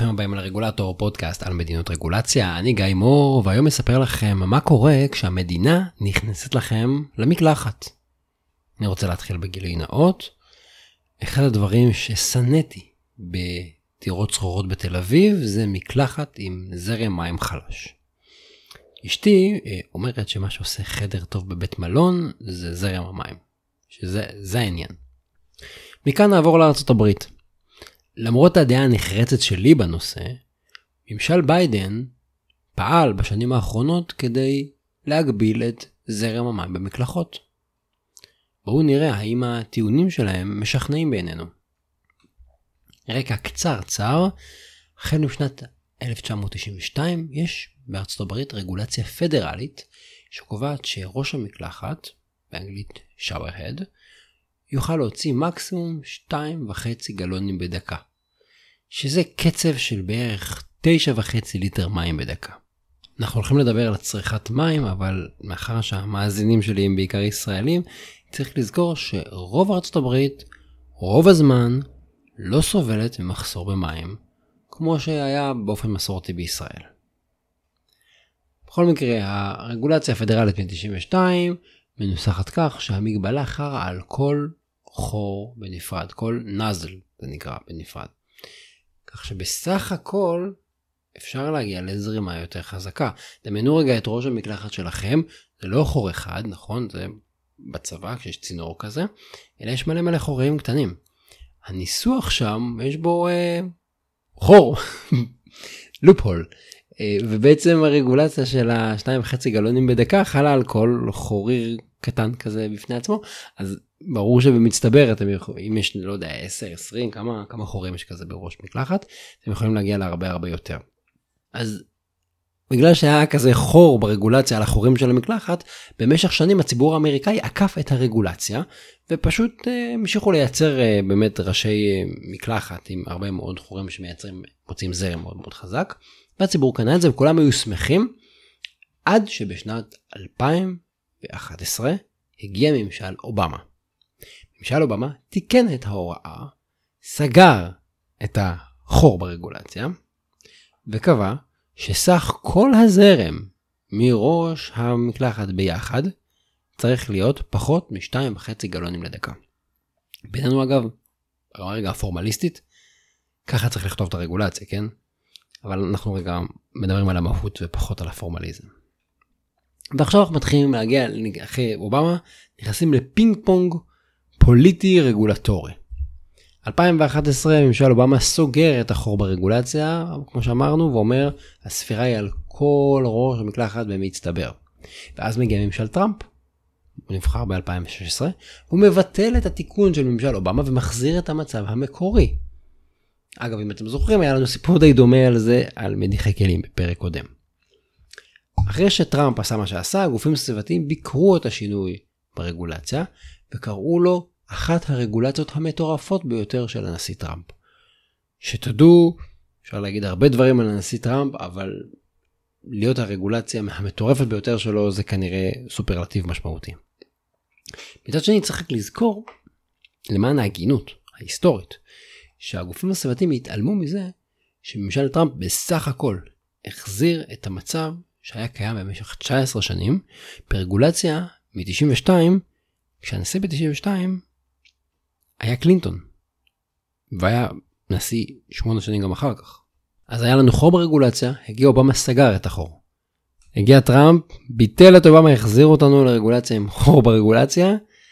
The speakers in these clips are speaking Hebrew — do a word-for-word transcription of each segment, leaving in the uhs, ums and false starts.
ברוכים הבאים לרגולטור, פודקאסט על מדינות רגולציה. אני גיא מור, והיום אספר לכם מה קורה כשהמדינה נכנסת לכם למקלחת. אני רוצה להתחיל בגילוי נאות. אחד הדברים ששנאתי בדירות שכורות בתל אביב זה מקלחת עם זרם מים חלש. אשתי אומרת שמה שעושה חדר טוב בבית מלון זה זרם המים, שזה זה העניין. מכאן נעבור לארצות הברית. למרות הדעה הנחרצת שלי בנושא, ממשל ביידן פעל בשנים האחרונות כדי להגביל את זרם המים במקלחות. בואו נראה האם הטיעונים שלהם משכנעים בעינינו. רקע קצר צר, החל משנת אלף תשע מאות תשעים ושתיים יש בארצות הברית רגולציה פדרלית שקובעת שראש המקלחת, באנגלית shower head, יוכל להוציא מקסימום שתיים וחצי גלונים בדקה, שזה קצב של בערך תשע וחצי ליטר מים בדקה. אנחנו הולכים לדבר על צריכת מים, אבל מאחר שהמאזינים שלי הם בעיקר ישראלים, צריך לזכור שרוב ארצות הברית, רוב הזמן, לא סובלת ממחסור במים, כמו שהיה באופן מסורתי בישראל. בכל מקרה, הרגולציה הפדרלית מ-תשעים ושתיים מנוסחת כך שהמגבלה חרה על כל חור בנפרד, כל נזל זה נקרא בנפרד. כך שבסך הכל אפשר להגיע לזרימה יותר חזקה. דמיינו רגע את ראש המקלחת שלכם, זה לא חור אחד, נכון? זה בצבא כשיש צינור כזה, אלא יש מלא מלא חורים קטנים. הניסוח שם יש בו אה, חור, לופהול. ובעצם הרגולציה של השתיים וחצי גלונים בדקה חלה על כל חוריר קטן כזה בפני עצמו, אז ברור שבמצטבר אתם יכולים, אם יש לא יודע עשר עשרים כמה כמה חורים יש כזה בראש מקלחת, אתם יכולים להגיע להרבה הרבה יותר. אז בגלל שהיה כזה חור ברגולציה על החורים של המקלחת, במשך שנים הציבור האמריקאי עקף את הרגולציה ופשוט המשיכו לייצר באמת ראשי מקלחת עם הרבה מאוד חורים שמייצרים מוצאים זרם מאוד מאוד חזק. והציבור קנה את זה וכולם היו שמחים, עד שבשנת אלפיים ואחת עשרה הגיע ממשל אובמה. ממשל אובמה תיקן את ההוראה, סגר את החור ברגולציה, וקבע שסך כל הזרם מראש המקלחת ביחד צריך להיות פחות משתיים וחצי גלונים לדקה. בינינו אגב, ברגע הפורמליסטית, ככה צריך לכתוב את הרגולציה, כן? אבל אנחנו רגע מדברים על המהות ופחות על הפורמליזם. ועכשיו אנחנו מתחילים להגיע, אחרי אובמה, נכנסים לפינג פונג פוליטי רגולטורי. אלפיים ואחת עשרה ממשל אובמה סוגר את החור ברגולציה, כמו שאמרנו, ואומר, הספירה היא על כל ראש המקלחת במצטבר. ואז מגיע ממשל טראמפ, הוא נבחר ב-אלפיים ושש עשרה, הוא מבטל את התיקון של ממשל אובמה ומחזיר את המצב המקורי. אגב, אם אתם זוכרים, היה לנו סיפור די דומה על זה, על מדיחי כלים בפרק קודם. אחרי שטראמפ עשה מה שעשה, הגופים סביבתיים ביקרו את השינוי ברגולציה, וקראו לו אחת הרגולציות המטורפות ביותר של הנשיא טראמפ. שתדעו, אפשר להגיד הרבה דברים על הנשיא טראמפ, אבל להיות הרגולציה המטורפת ביותר שלו, זה כנראה סופרלטיב משמעותי. מצד שני, צריך לזכור, למען ההגינות ההיסטורית, שהגופים הסביבתיים התעלמו מזה שממשל טראמפ בסך הכל החזיר את המצב שהיה קיים במשך תשע עשרה שנים ברגולציה מ-תשעים ושתיים, כשהנשיא ב-תשעים ושתיים היה קלינטון, והיה נשיא שמונה שנים גם אחר כך. אז היה לנו חור ברגולציה, הגיע אובמה סגר את החור. הגיע טראמפ, ביטל את אובמה, החזיר אותנו לרגולציה עם חור ברגולציה.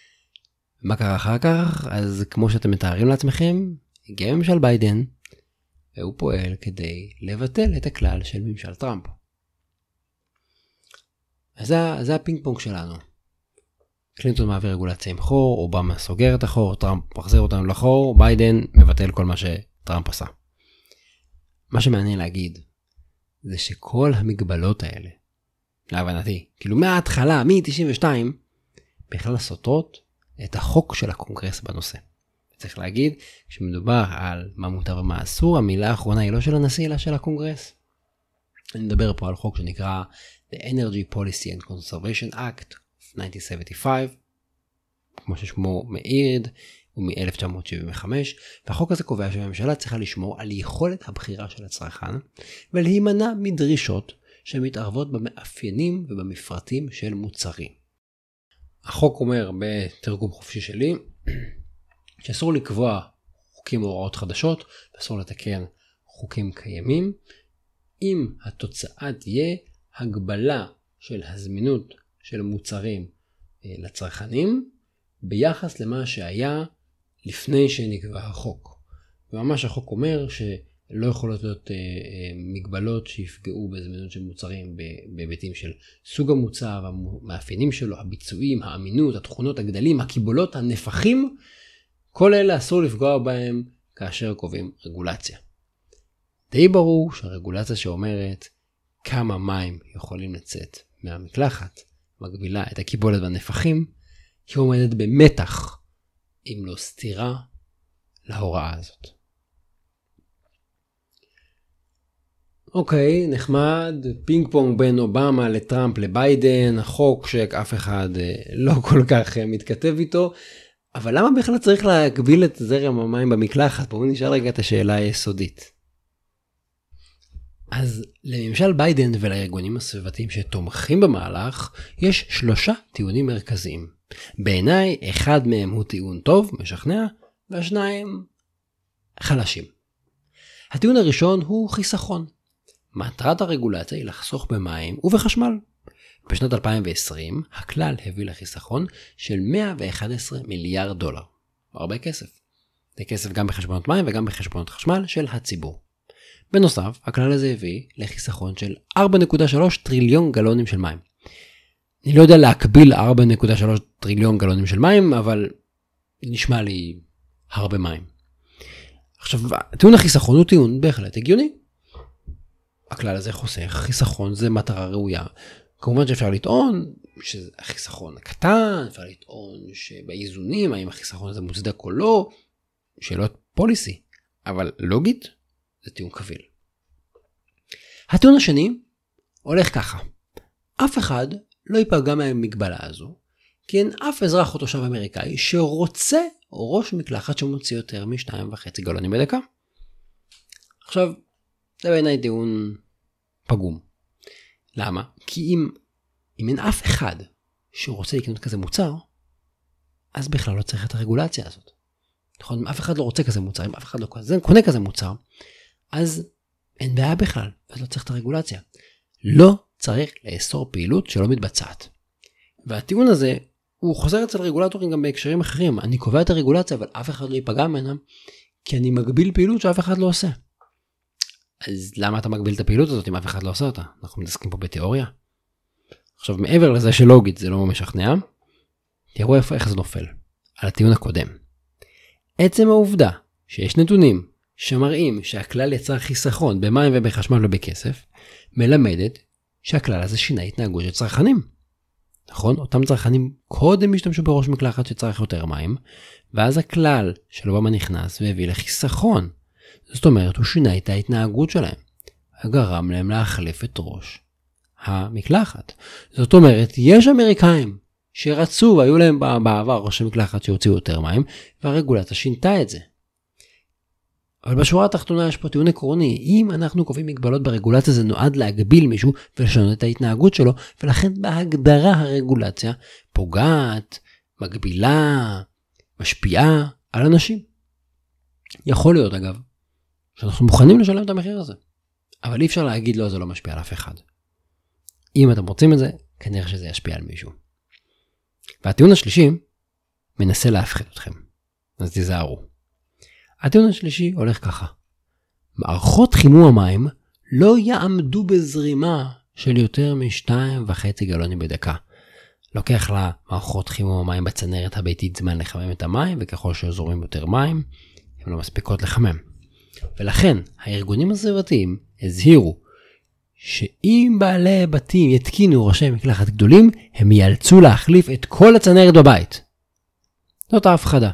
מה קרה אחר כך? אז כמו שאתם מתארים לעצמכם, הגיע ממשל ביידן, והוא פועל כדי לבטל את הכלל של ממשל טראמפ. אז זה, זה הפינג פונג שלנו. קלינטון מעביר רגולציה עם חור, אובמה סוגר את החור, טראמפ מחזיר אותנו לחור, ביידן מבטל כל מה שטראמפ עשה. מה שמעניין להגיד, זה שכל המגבלות האלה, להבנתי, כאילו מההתחלה, מ-תשעים ושתיים, בכלל סותרות את החוק של הקונגרס בנושא. צריך להגיד, כשמדובר על מה מותר ומה אסור, המילה האחרונה היא לא של הנשיא, אלא של הקונגרס. אני מדבר פה על חוק שנקרא The Energy Policy and Conservation Act of אלף תשע מאות שבעים וחמש, כמו ששמו מעיד, הוא מ-אלף תשע מאות שבעים וחמש, והחוק הזה קובע שהממשלה צריכה לשמור על יכולת הבחירה של הצרכן, ולהימנע מדרישות שמתערבות במאפיינים ובמפרטים של מוצרים. החוק אומר בתרגום חופשי שלי, שאסור לקבוע חוקים או הוראות חדשות, ואסור לתקן חוקים קיימים, אם התוצאה תהיה הגבלה של הזמינות של מוצרים לצרכנים, ביחס למה שהיה לפני שנקבע החוק. וממש החוק אומר שלא יכולות להיות מגבלות שיפגעו בזמינות של מוצרים בהיבטים של סוג המוצר, המאפיינים שלו, הביצועים, האמינות, התכונות, הגדלים, הקיבולות, הנפחים, כל אלה אסור לפגוע בהם כאשר קובעים רגולציה. די ברור שהרגולציה שאומרת כמה מים יכולים לצאת מהמקלחת, מגבילה את הקיבולת והנפחים, היא עומדת במתח, אם לא סתירה, להוראה הזאת. אוקיי, נחמד, פינג פונג בין אובמה לטראמפ לביידן, החוק שאף אחד לא כל כך מתכתב איתו, אבל למה בכלל צריך להגביל את זרם המים במקלחת? בואו נשאל רגע את השאלה היסודית. אז לממשל ביידן ולארגונים הסביבתיים שתומכים במהלך, יש שלושה טיעונים מרכזיים. בעיניי, אחד מהם הוא טיעון טוב, משכנע, והשניים חלשים. הטיעון הראשון הוא חיסכון. מטרת הרגולציה היא לחסוך במים ובחשמל. בשנת אלפיים ועשרים, הכלל הביא לחיסכון של מאה ואחד עשר מיליארד דולר. הרבה כסף. זה כסף גם בחשבונות מים וגם בחשבונות חשמל של הציבור. בנוסף, הכלל הזה הביא לחיסכון של ארבע נקודה שלוש טריליון גלונים של מים. אני לא יודע להקביל ארבע נקודה שלוש טריליון גלונים של מים, אבל נשמע לי הרבה מים. עכשיו, טיעון החיסכון הוא טיעון בהחלט הגיוני. הכלל הזה חוסך, חיסכון זה מטרה ראויה. כמובן שאפשר לטעון שהחיסכון הקטן, אפשר לטעון שבאיזונים, האם החיסכון הזה מוצדק או לא, שאלות פוליסי, אבל לוגית זה טיעון קביל. הטיעון השני הולך ככה, אף אחד לא ייפגע מהמגבלה הזו, כי אין אף אזרח או תושב אמריקאי שרוצה ראש מקלחת שמוציא יותר משתיים וחצי גלונים בדקה. עכשיו, זה בעיניי טיעון פגום. למה? כי אם, אם אין אף אחד שרוצה לקנות כזה מוצר, אז בכלל לא צריך את הרגולציה הזאת. נכון? אם אף אחד לא רוצה כזה מוצר, אם אף אחד לא קונה כזה מוצר, אז אין בעיה בכלל, אז לא צריך את הרגולציה. לא צריך לאסור פעילות שלא מתבצעת. והטיעון הזה, הוא חוזר אצל רגולטורים גם בהקשרים אחרים. אני קובע את הרגולציה, אבל אף אחד לא ייפגע ממנה, כי אני מגביל פעילות שאף אחד לא עושה. אז למה אתה מגביל את הפעילות הזאת אם אף אחד לא עושה אותה? אנחנו מתעסקים פה בתיאוריה. עכשיו, מעבר לזה שלוגית זה לא משכנע, תראו איפה איך זה נופל. על הטיעון הקודם. עצם העובדה שיש נתונים שמראים שהכלל יצר חיסכון במים ובחשמל ובכסף, מלמדת שהכלל הזה שינה התנהגות של צרכנים. נכון? אותם צרכנים קודם השתמשו בראש מקלחת שצריך יותר מים, ואז הכלל של אובמה נכנס והביא לחיסכון. זאת אומרת, הוא שינה את ההתנהגות שלהם. גרם להם להחליף את ראש המקלחת. זאת אומרת, יש אמריקאים שרצו והיו להם בעבר ראש המקלחת שהוציאו יותר מים, והרגולציה שינתה את זה. אבל בשורה התחתונה יש פה טיעון עקרוני. אם אנחנו קובעים מגבלות ברגולציה, זה נועד להגביל מישהו ולשנות את ההתנהגות שלו, ולכן בהגדרה הרגולציה פוגעת, מגבילה, משפיעה על אנשים. יכול להיות אגב, שאנחנו מוכנים לשלם את המחיר הזה. אבל אי אפשר להגיד לא, זה לא משפיע על אף אחד. אם אתם רוצים את זה, כנראה שזה ישפיע על מישהו. והטיעון השלישי מנסה להפחיד אתכם. אז תיזהרו. הטיעון השלישי הולך ככה. מערכות חימום המים לא יעמדו בזרימה של יותר משתיים וחצי גלונים בדקה. לוקח לה מערכות חימום המים בצנרת הביתית זמן לחמם את המים, וככל שזורמים יותר מים, הן לא מספיקות לחמם. ולכן הארגונים הסביבתיים הזהירו שאם בעלי בתים יתקינו ראשי מקלחת גדולים, הם ייאלצו להחליף את כל הצנרת בבית. זאת ההפחדה.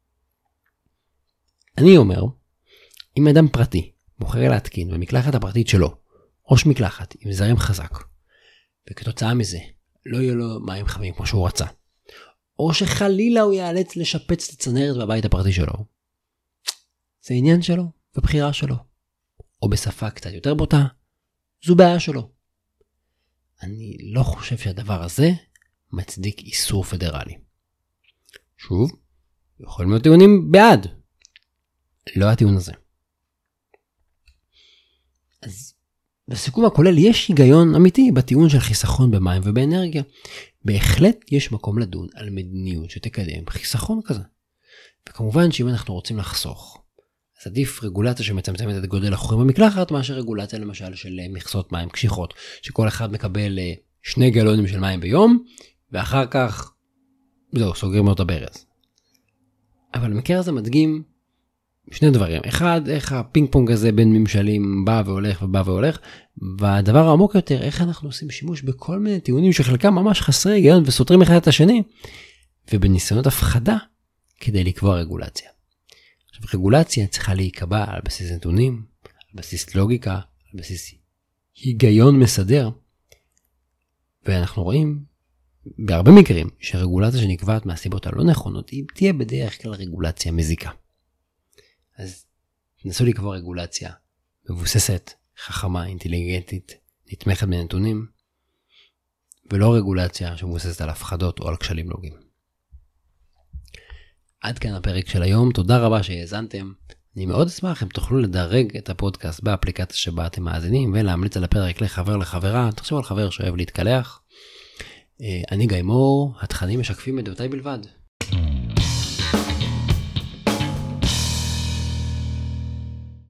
אני אומר, אם אדם פרטי בוחר להתקין במקלחת הפרטית שלו ראש מקלחת עם זרם חזק, וכתוצאה מזה לא יהיו לו מים חמים כמו שהוא רצה, או שחלילה הוא ייאלץ לשפץ את הצנרת בבית הפרטי שלו. זה עניין שלו ובחירה שלו. או בשפה קצת יותר בוטה, זו בעיה שלו. אני לא חושב שהדבר הזה מצדיק איסור פדרלי. שוב, יכולים להיות טיעונים בעד. לא הטיעון הזה. אז בסיכום הכולל יש היגיון אמיתי בטיעון של חיסכון במים ובאנרגיה. בהחלט יש מקום לדון על מדיניות שתקדם חיסכון כזה. וכמובן שאם אנחנו רוצים לחסוך, אז עדיף רגולציה שמצמצמת את גודל החורים במקלחת, מאשר רגולציה למשל של מכסות מים קשיחות, שכל אחד מקבל שני גלונים של מים ביום, ואחר כך, זהו, סוגרים לו את הברז. אבל המקרה הזה מדגים שני דברים. אחד, איך הפינג פונג הזה בין ממשלים בא והולך ובא והולך, והדבר העמוק יותר, איך אנחנו עושים שימוש בכל מיני טיעונים שחלקם ממש חסרי היגיון וסותרים אחד את השני, ובניסיונות הפחדה כדי לקבוע רגולציה. עכשיו, רגולציה צריכה להיקבע על בסיס נתונים, על בסיס לוגיקה, על בסיס היגיון מסדר, ואנחנו רואים בהרבה מקרים שרגולציה שנקבעת מהסיבות הלא נכונות, היא תהיה בדרך כלל רגולציה מזיקה. אז תנסו לקבוע רגולציה מבוססת, חכמה, אינטליגנטית, נתמכת בנתונים, ולא רגולציה שמבוססת על הפחדות או על כשלים לוגיים. עד כאן הפרק של היום, תודה רבה שהאזנתם. אני מאוד אשמח אם תוכלו לדרג את הפודקאסט באפליקציה שבה אתם מאזינים, ולהמליץ על הפרק לחבר לחברה, תחשוב על חבר שאוהב להתקלח. אני גיא מור, התכנים משקפים את דעותיי בלבד.